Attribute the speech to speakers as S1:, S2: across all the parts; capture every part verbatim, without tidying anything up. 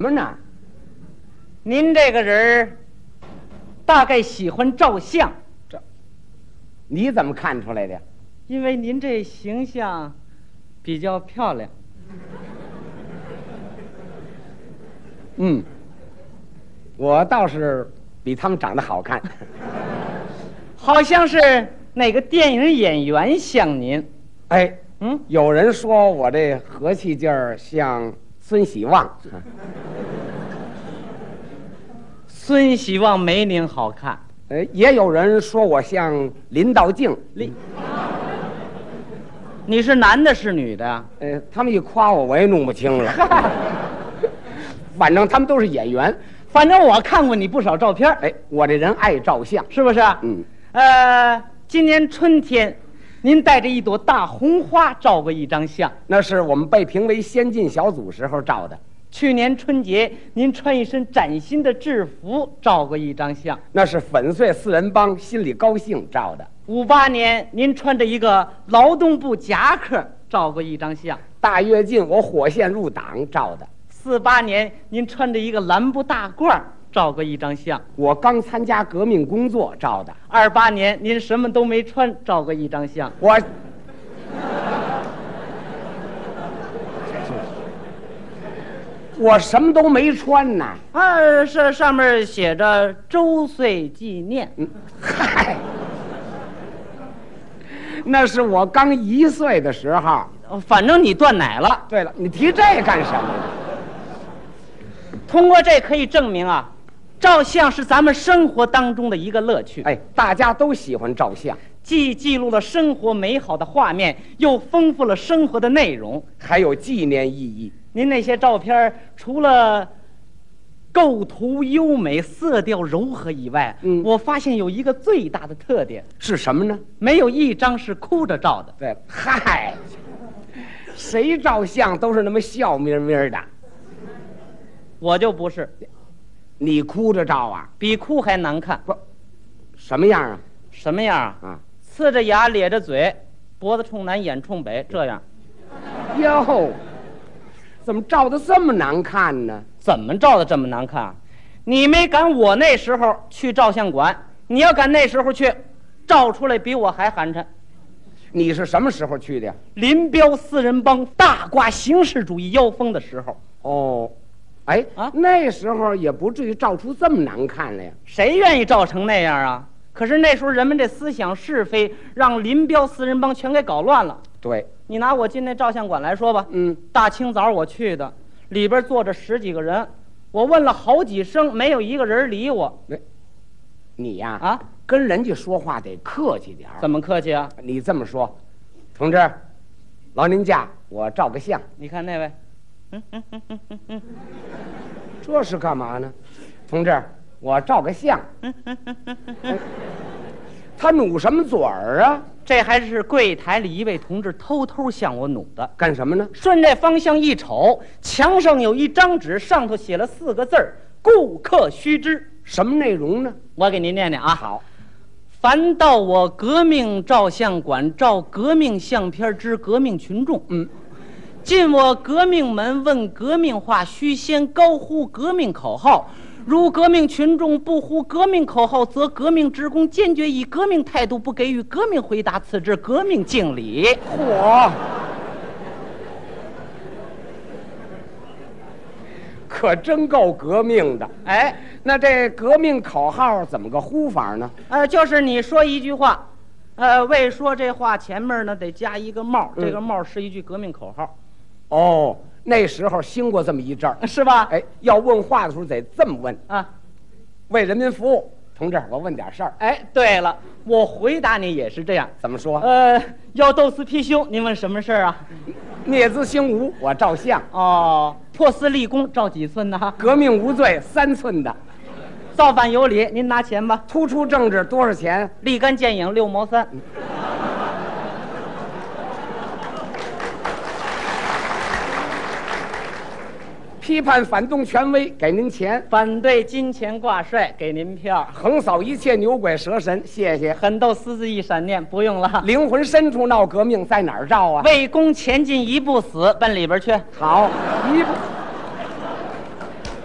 S1: 么呢？
S2: 您这个人大概喜欢照相，
S1: 这你怎么看出来的？
S2: 因为您这形象比较漂亮。
S1: 嗯，我倒是比他们长得好看。
S2: 好像是哪个电影演员像您。
S1: 哎，
S2: 嗯，
S1: 有人说我这和气劲儿像孙喜旺。
S2: 孙喜旺没您好看。
S1: 哎，也有人说我像林道静。
S2: 林，你是男的是女的呀？
S1: 呃，他们一夸我，我也弄不清了。反正他们都是演员。
S2: 反正我看过你不少照片。
S1: 哎，我这人爱照相，
S2: 是不是？
S1: 嗯。
S2: 呃，今年春天，您带着一朵大红花照过一张相。
S1: 那是我们被评为先进小组时候照的。
S2: 去年春节，您穿一身崭新的制服照过一张相。
S1: 那是粉碎四人帮，心里高兴照的。
S2: 五八年，您穿着一个劳动部夹克照过一张相。
S1: 大跃进，我火线入党照的。
S2: 四八年，您穿着一个蓝布大褂照过一张相。
S1: 我刚参加革命工作照的。
S2: 二八年，您什么都没穿照过一张相。
S1: 我我什么都没穿呢。
S2: 啊，是上面写着周岁纪念。
S1: 嗯，嗨，那是我刚一岁的时候。
S2: 反正你断奶了。
S1: 对了，你提这干什么？
S2: 通过这可以证明啊，照相是咱们生活当中的一个乐趣。
S1: 哎，大家都喜欢照相，
S2: 既记录了生活美好的画面，又丰富了生活的内容，
S1: 还有纪念意义。
S2: 您那些照片除了构图优美、色调柔和以外，
S1: 嗯，
S2: 我发现有一个最大的特点
S1: 是什么呢？
S2: 没有一张是哭着照的。
S1: 对，嗨，谁照相都是那么笑眯眯的。
S2: 我就不是。
S1: 你哭着照啊？
S2: 比哭还难看。
S1: 不，什么样啊？
S2: 什么样啊？
S1: 啊，
S2: 呲着牙，咧着嘴，脖子冲南，眼冲北，这样。
S1: 哟，怎么照的这么难看呢？
S2: 怎么照的这么难看？你没赶我那时候去照相馆，你要赶那时候去，照出来比我还寒碜。
S1: 你是什么时候去的呀？
S2: 林彪四人帮大挂形式主义妖风的时候。
S1: 哦，哎
S2: 啊，
S1: 那时候也不至于照出这么难看来呀。
S2: 谁愿意照成那样啊？可是那时候人们这思想是非，让林彪四人帮全给搞乱了。
S1: 对，
S2: 你拿我进那照相馆来说吧，
S1: 嗯，
S2: 大清早我去的，里边坐着十几个人，我问了好几声，没有一个人理我。
S1: 你呀，
S2: 啊，
S1: 跟人家说话得客气点儿。
S2: 怎么客气啊？
S1: 你这么说，同志，劳您驾，我照个相。
S2: 你看那位，嗯嗯嗯嗯嗯嗯，
S1: 这是干嘛呢？同志，我照个相。嗯嗯嗯嗯嗯，他努什么嘴儿啊？
S2: 这还是柜台里一位同志偷偷向我努的。
S1: 干什么呢？
S2: 顺这方向一瞅，墙上有一张纸，上头写了四个字儿：顾客须知。
S1: 什么内容呢？
S2: 我给您念念啊。
S1: 好。
S2: 凡到我革命照相馆照革命相片之革命群众，
S1: 嗯，
S2: 进我革命门问革命话，须先高呼革命口号。如革命群众不呼革命口号，则革命职工坚决以革命态度不给予革命回答，此致革命敬礼。
S1: 嚯，可真够革命的。
S2: 哎，
S1: 那这革命口号怎么个呼法呢？
S2: 呃，就是你说一句话，呃，为说这话前面呢得加一个帽，
S1: 嗯、
S2: 这个帽是一句革命口号。
S1: 哦，那时候兴过这么一阵儿，
S2: 是吧？
S1: 哎，要问话的时候得这么问
S2: 啊，
S1: 为人民服务。同志，我问点事儿。
S2: 哎，对了，我回答你也是这样。
S1: 怎么说？
S2: 呃，要豆丝貔貅，您问什么事儿啊？
S1: 聂资兴无，我照相。
S2: 哦，破丝立功，照几寸呢？
S1: 革命无罪，三寸的。
S2: 造反有理，您拿钱吧。
S1: 突出政治多少钱？
S2: 立竿见影，六毛三。
S1: 批判反动权威，给您钱；
S2: 反对金钱挂帅，给您票；
S1: 横扫一切牛鬼蛇神，谢谢。
S2: 狠斗私自一闪念，不用了。
S1: 灵魂深处闹革命，在哪儿照啊？
S2: 为公前进一步死，奔里边去。
S1: 好，一步。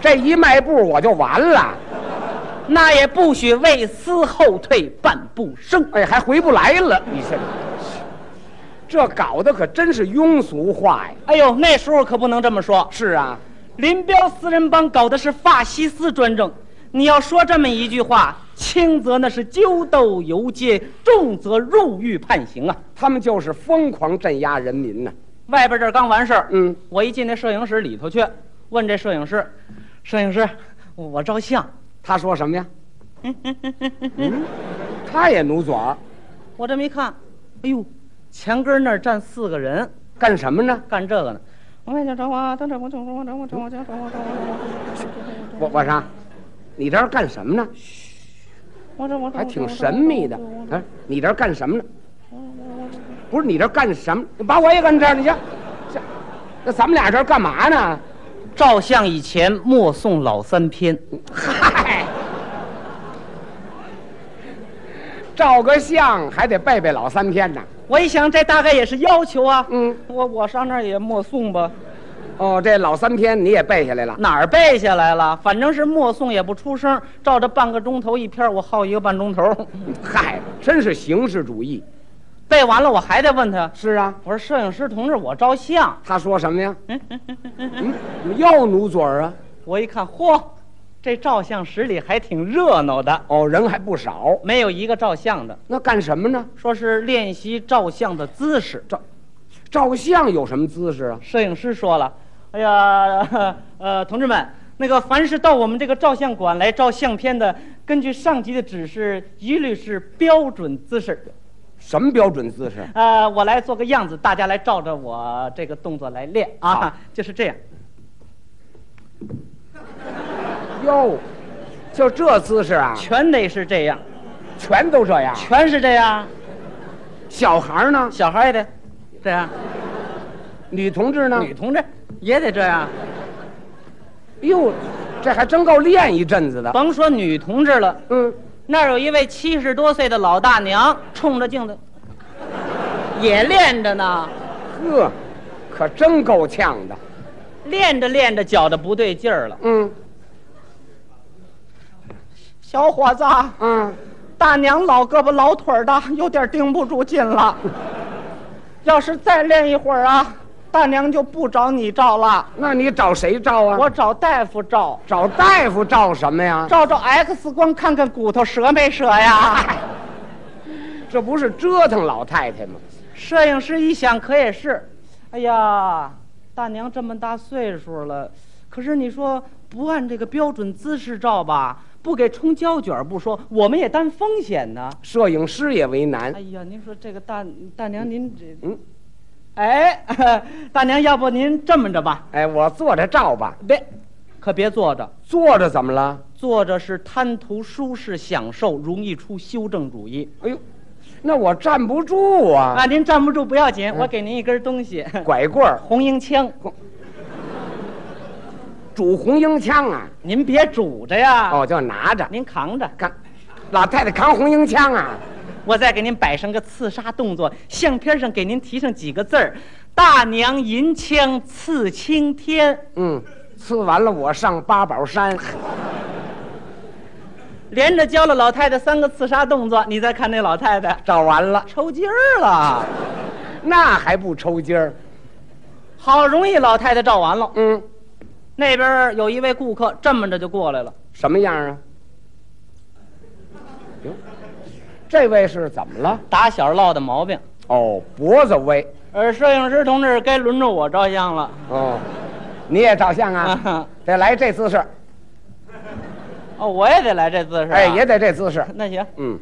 S1: 这一迈步我就完了。
S2: 那也不许为思后退，半步生。
S1: 哎，还回不来了，你这这搞得可真是庸俗化呀！
S2: 哎呦，那时候可不能这么说。
S1: 是啊，
S2: 林彪四人帮搞的是法西斯专政，你要说这么一句话，轻则那是揪斗游街，重则入狱判刑啊！
S1: 他们就是疯狂镇压人民呢、
S2: 外边这儿刚完事儿，
S1: 嗯，
S2: 我一进那摄影室里头去，问这摄影师，摄影师，我照相。
S1: 他说什么呀？嗯，他也努嘴儿，
S2: 我这么一看，哎呦，前根那儿站四个人，
S1: 干什么呢？
S2: 干这个呢。
S1: 我我啥？你这儿干什么呢？还挺神秘的。啊，你这儿干什么呢？不是你这儿干什么？把我也跟这儿，你瞧，这那咱们俩这儿干嘛呢？
S2: 照相以前默诵老三篇。
S1: 嗨，照个相还得背背老三篇呢。
S2: 我一想，这大概也是要求啊。
S1: 嗯，
S2: 我我上那儿也默诵吧。
S1: 哦，这老三篇你也背下来了？
S2: 哪儿背下来了？反正是默诵也不出声，照着半个钟头一篇，我耗一个半钟头。
S1: 嗨，真是形式主义。
S2: 背完了，我还得问他。
S1: 是啊，
S2: 我说摄影师同志，我照相。
S1: 他说什么呀？嗯，怎么又努嘴儿啊？
S2: 我一看，嚯，这照相室里还挺热闹的。
S1: 哦，人还不少。
S2: 没有一个照相的。
S1: 那干什么呢？
S2: 说是练习照相的姿势。
S1: 照照相有什么姿势啊？
S2: 摄影师说了，哎呀，呃，同志们，那个凡是到我们这个照相馆来照相片的，根据上级的指示，一律是标准姿势。
S1: 什么标准姿势？
S2: 呃，我来做个样子，大家来照着我这个动作来练啊，就是这样。
S1: 哟，就这姿势啊？
S2: 全得是这样，
S1: 全都这样？
S2: 全是这样。
S1: 小孩呢？
S2: 小孩也得这样。
S1: 女同志呢？
S2: 女同志也得这样。
S1: 哟，这还真够练一阵子的。
S2: 甭说女同志了，
S1: 嗯，
S2: 那儿有一位七十多岁的老大娘，冲着镜子也练着呢。
S1: 呵，可真够呛的。
S2: 练着练着，觉得不对劲儿了。
S1: 嗯，
S2: 小伙子，
S1: 嗯，
S2: 大娘老胳膊老腿儿的，有点顶不住劲了。要是再练一会儿啊，大娘就不找你照了。
S1: 那你找谁照啊？
S2: 我找大夫照。
S1: 找大夫照什么呀？
S2: 照照 X 光，看看骨头折没折呀。
S1: 这不是折腾老太太吗？
S2: 摄影师一想，可也是。哎呀，大娘这么大岁数了，可是你说不按这个标准姿势照吧，不给冲胶卷不说，我们也担风险呢。
S1: 摄影师也为难。
S2: 哎呀，您说这个大大娘您这
S1: 嗯，
S2: 哎，大娘，要不您这么着吧？
S1: 哎，我坐着照吧。
S2: 别，可别坐着，
S1: 坐着怎么了？
S2: 坐着是贪图舒适享受，容易出修正主义。
S1: 哎呦，那我站不住啊！
S2: 啊，您站不住不要紧，我给您一根东西，
S1: 拐棍儿，
S2: 红缨枪。
S1: 拄红缨枪啊！
S2: 您别拄着呀，
S1: 哦，就拿着。
S2: 您扛着。
S1: 看，老太太扛红缨枪啊！
S2: 我再给您摆上个刺杀动作，相片上给您提上几个字儿：大娘银枪刺青天。
S1: 嗯，刺完了我上八宝山。
S2: 连着教了老太太三个刺杀动作，你再看那老太太
S1: 照完了，
S2: 抽筋儿了，
S1: 那还不抽筋儿？
S2: 好容易老太太照完了。
S1: 嗯，
S2: 那边有一位顾客这么着就过来了。
S1: 什么样啊？哟，这位是怎么了？
S2: 打小落的毛病。
S1: 哦，脖子微。
S2: 呃，摄影师同志，该轮着我照相了。
S1: 哦，你也照相啊？
S2: 啊
S1: 得来这姿势。
S2: 哦，我也得来这姿势、啊。
S1: 哎，也得这姿势。
S2: 那行。
S1: 嗯。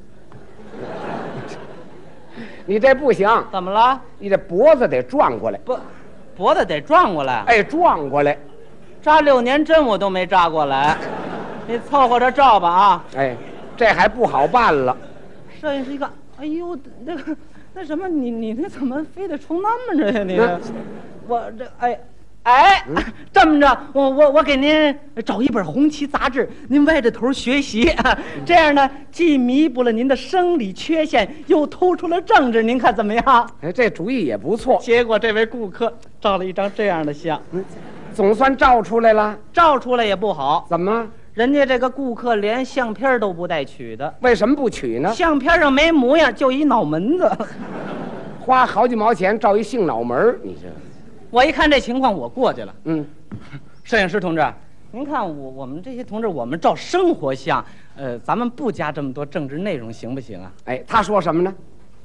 S1: 你这不行。
S2: 怎么了？
S1: 你这脖子得转过来。
S2: 不，脖子得转过来。
S1: 哎，转过来。
S2: 扎六年针我都没扎过来，你凑合着照吧啊！
S1: 哎，这还不好办了。
S2: 摄影师一看，哎呦，那个那什么，你你那怎么非得冲那么着呀？你这，我这哎哎，
S1: 嗯、
S2: 这么着，我我我给您找一本红旗杂志，您歪着头学习，这样呢，既弥补了您的生理缺陷，又突出了政治，您看怎么样？
S1: 哎，这主意也不错。
S2: 结果这位顾客照了一张这样的相。
S1: 嗯， 总算照出来了。
S2: 照出来也不好，
S1: 怎么？
S2: 人家这个顾客连相片都不带取的，
S1: 为什么不取呢？
S2: 相片上没模样，就一脑门子。
S1: 花好几毛钱照一性脑门儿，你这，
S2: 我一看这情况，我过去了。
S1: 嗯，
S2: 摄影师同志，您看我我们这些同志，我们照生活相，呃，咱们不加这么多政治内容，行不行啊？
S1: 哎，他说什么呢？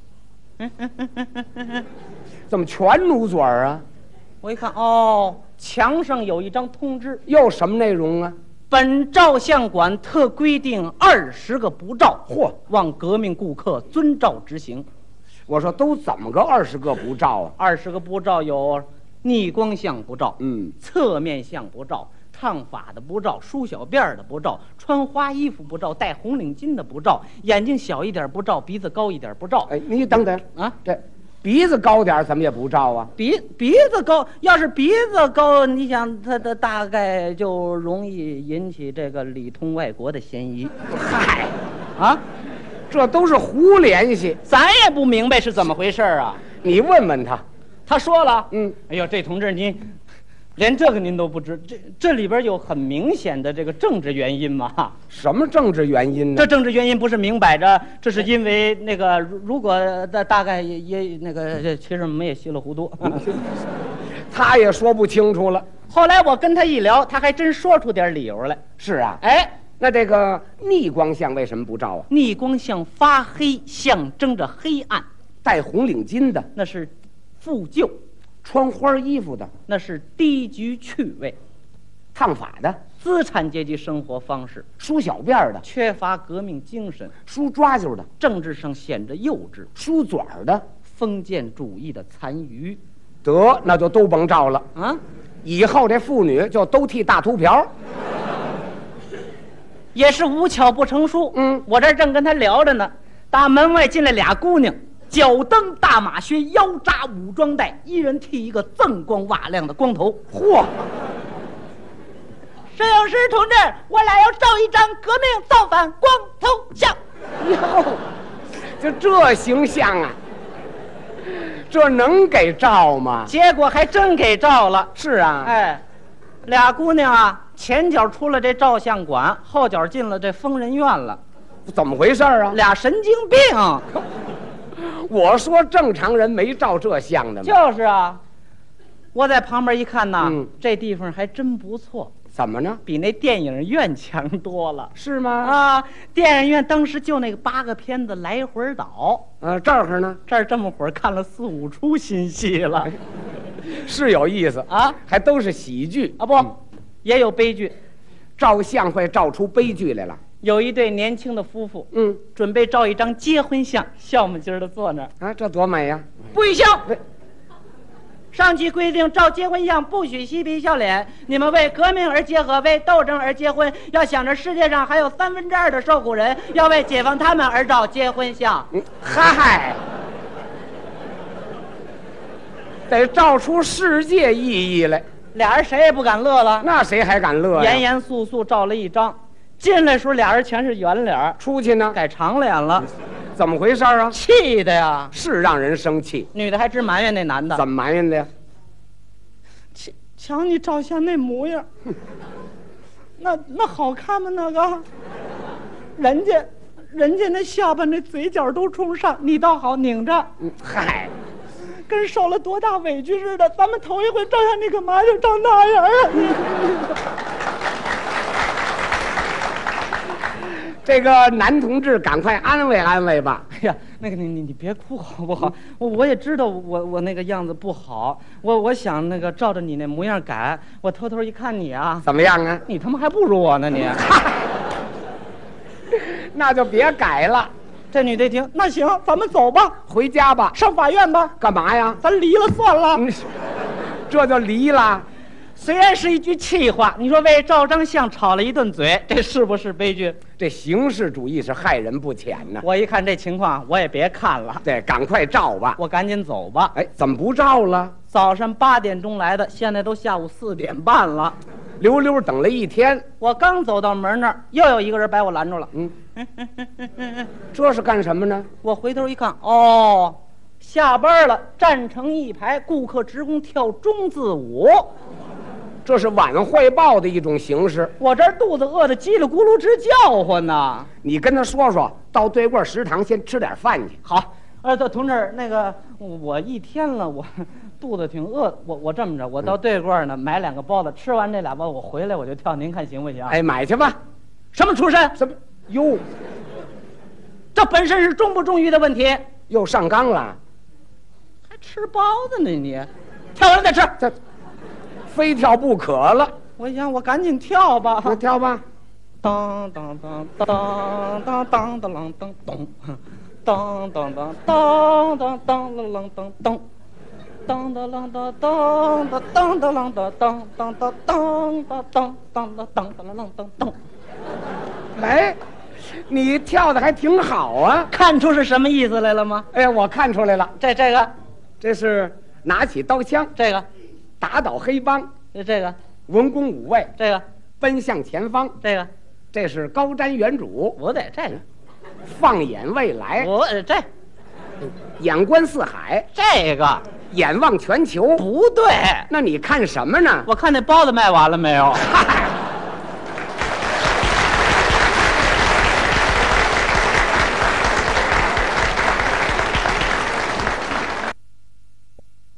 S1: 怎么全努嘴儿啊？
S2: 我一看，哦，墙上有一张通知，
S1: 又什么内容啊？
S2: 本照相馆特规定二十个不照，
S1: 嚯，
S2: 望革命顾客遵照执行。
S1: 我说都怎么个二十个不照啊？
S2: 二十个不照有逆光相不照，
S1: 嗯，
S2: 侧面相不照，唱法的不照，梳小辫儿的不照，穿花衣服不照，戴红领巾的不照，眼睛小一点不照，鼻子高一点不照。
S1: 哎，你等等
S2: 啊，
S1: 这鼻子高点儿怎么也不照啊？
S2: 鼻鼻子高，要是鼻子高，你想他的大概就容易引起这个里通外国的嫌疑。
S1: 嗨，
S2: 啊，
S1: 这都是胡联系，
S2: 咱也不明白是怎么回事啊。
S1: 你问问他。
S2: 他说了，
S1: 嗯，
S2: 哎呦，这同志您连这个您都不知，这这里边有很明显的这个政治原因嘛？
S1: 什么政治原因呢？
S2: 这政治原因不是明摆着，这是因为那个如如果大大概也也那个，这其实我们也稀里糊涂。
S1: 他也说不清楚了。
S2: 后来我跟他一聊，他还真说出点理由来。
S1: 是啊，
S2: 哎，
S1: 那这个逆光相为什么不照啊？
S2: 逆光相发黑，象征着黑暗，
S1: 戴红领巾的，
S2: 那是复旧，
S1: 穿花衣服的，
S2: 那是低级趣味，
S1: 烫发的，
S2: 资产阶级生活方式，
S1: 梳小辫儿的，
S2: 缺乏革命精神，
S1: 梳抓阄的，
S2: 政治上显着幼稚，
S1: 梳嘴儿的，
S2: 封建主义的残余。
S1: 得那就都甭照了
S2: 啊！
S1: 以后这妇女就都剃大秃瓢。
S2: 也是无巧不成书。
S1: 嗯，
S2: 我这正跟他聊着呢，打门外进来俩姑娘，脚蹬大马靴，腰扎武装带，一人剃一个锃光瓦亮的光头。
S1: 嚯！
S2: 摄影师同志，我俩要照一张革命造反光头像。
S1: 哟，就这形象啊，这能给照吗？
S2: 结果还真给照了。
S1: 是啊，
S2: 哎，俩姑娘啊，前脚出了这照相馆，后脚进了这疯人院了。
S1: 怎么回事啊？
S2: 俩神经病。
S1: 我说正常人没照这相的吗？
S2: 就是啊，我在旁边一看呐，
S1: 嗯，
S2: 这地方还真不错。
S1: 怎么呢？
S2: 比那电影院强多了。
S1: 是吗？
S2: 啊，电影院当时就那个八个片子来回倒，
S1: 呃，这儿呢，
S2: 这儿这么会儿看了四五出新戏了，
S1: 是有意思
S2: 啊，
S1: 还都是喜剧
S2: 啊不，嗯，也有悲剧，
S1: 照相会照出悲剧来了。
S2: 有一对年轻的夫妇，
S1: 嗯，
S2: 准备照一张结婚相，笑么劲儿的坐那儿
S1: 啊，这多美呀！
S2: 不许笑。上级规定，照结婚相不许嬉皮笑脸。你们为革命而结合，为斗争而结婚，要想着世界上还有三分之二的受苦人，要为解放他们而照结婚相。
S1: 嗯，嗨，得照出世界意义来。
S2: 俩人谁也不敢乐了，
S1: 那谁还敢乐呀？
S2: 严严肃肃照了一张，进来时候俩人全是圆脸，
S1: 出去呢
S2: 改长脸了。
S1: 怎么回事啊？
S2: 气的呀，
S1: 是让人生气。
S2: 女的还直埋怨那男的。
S1: 怎么埋怨的呀？
S2: 瞧瞧你照相那模样，那那好看吗？那个，人家，人家那下巴那嘴角都冲上，你倒好拧着。
S1: 嗯，嗨，
S2: 跟受了多大委屈似的。咱们头一回照相，你干嘛就照那样啊？
S1: 这个男同志，赶快安慰安慰吧。
S2: 哎呀，那个你你你别哭好不好？我我也知道我我那个样子不好，我我想那个照着你那模样改。我偷偷一看你啊，
S1: 怎么样啊？
S2: 你他妈还不如我呢你。
S1: 那就别改了。
S2: 这女的一听，那行，咱们走吧，
S1: 回家吧，
S2: 上法院吧。
S1: 干嘛呀？
S2: 咱离了算了。
S1: 嗯，这就离了。
S2: 虽然是一句气话，你说为照张相吵了一顿嘴，这是不是悲剧？
S1: 这形式主义是害人不浅呐。
S2: 我一看这情况，我也别看了，
S1: 对，赶快照吧。
S2: 我赶紧走吧。
S1: 哎，怎么不照了？
S2: 早上八点钟来的，现在都下午四点半了，
S1: 溜溜等了一天。
S2: 我刚走到门那儿，又有一个人把我拦住了。
S1: 嗯，这是干什么呢？
S2: 我回头一看，哦，下班了，站成一排，顾客职工跳中字舞。
S1: 这是晚汇报的一种形式。
S2: 我这儿肚子饿得叽里咕噜直叫唤呢。
S1: 你跟他说说，到对过食堂先吃点饭去。
S2: 好，呃，同志，那个我一天了，我肚子挺饿，我我这么着，我到对过呢买两个包子，吃完这俩包子我回来我就跳，您看行不行？
S1: 哎，买去吧。
S2: 什么出身？
S1: 什么？哟，
S2: 这本身是忠不忠于的问题。
S1: 又上纲了，
S2: 还吃包子呢你？跳完了再吃。
S1: 这非跳不可了。
S2: 我想我赶紧跳吧。
S1: 那跳吧。
S2: 当当当当当当当当当当咚，当当当当当当啷啷当当，当当啷当当当当当啷当当当当当当当当当当当啷当当。
S1: 哎，你跳的还挺好啊！
S2: 看出是什么意思来了吗？
S1: 哎呀，我看出来了，
S2: 这这个，
S1: 这是拿起刀枪，
S2: 这个，
S1: 打倒黑帮，
S2: 这个，
S1: 文攻武卫，
S2: 这个，
S1: 奔向前方，
S2: 这个，
S1: 这是高瞻远瞩，
S2: 不对，这个，
S1: 放眼未来，
S2: 我这，
S1: 眼观四海，
S2: 这个
S1: 眼望全球，
S2: 不对。
S1: 那你看什么呢？
S2: 我看那包子卖完了没有？
S1: 嗨。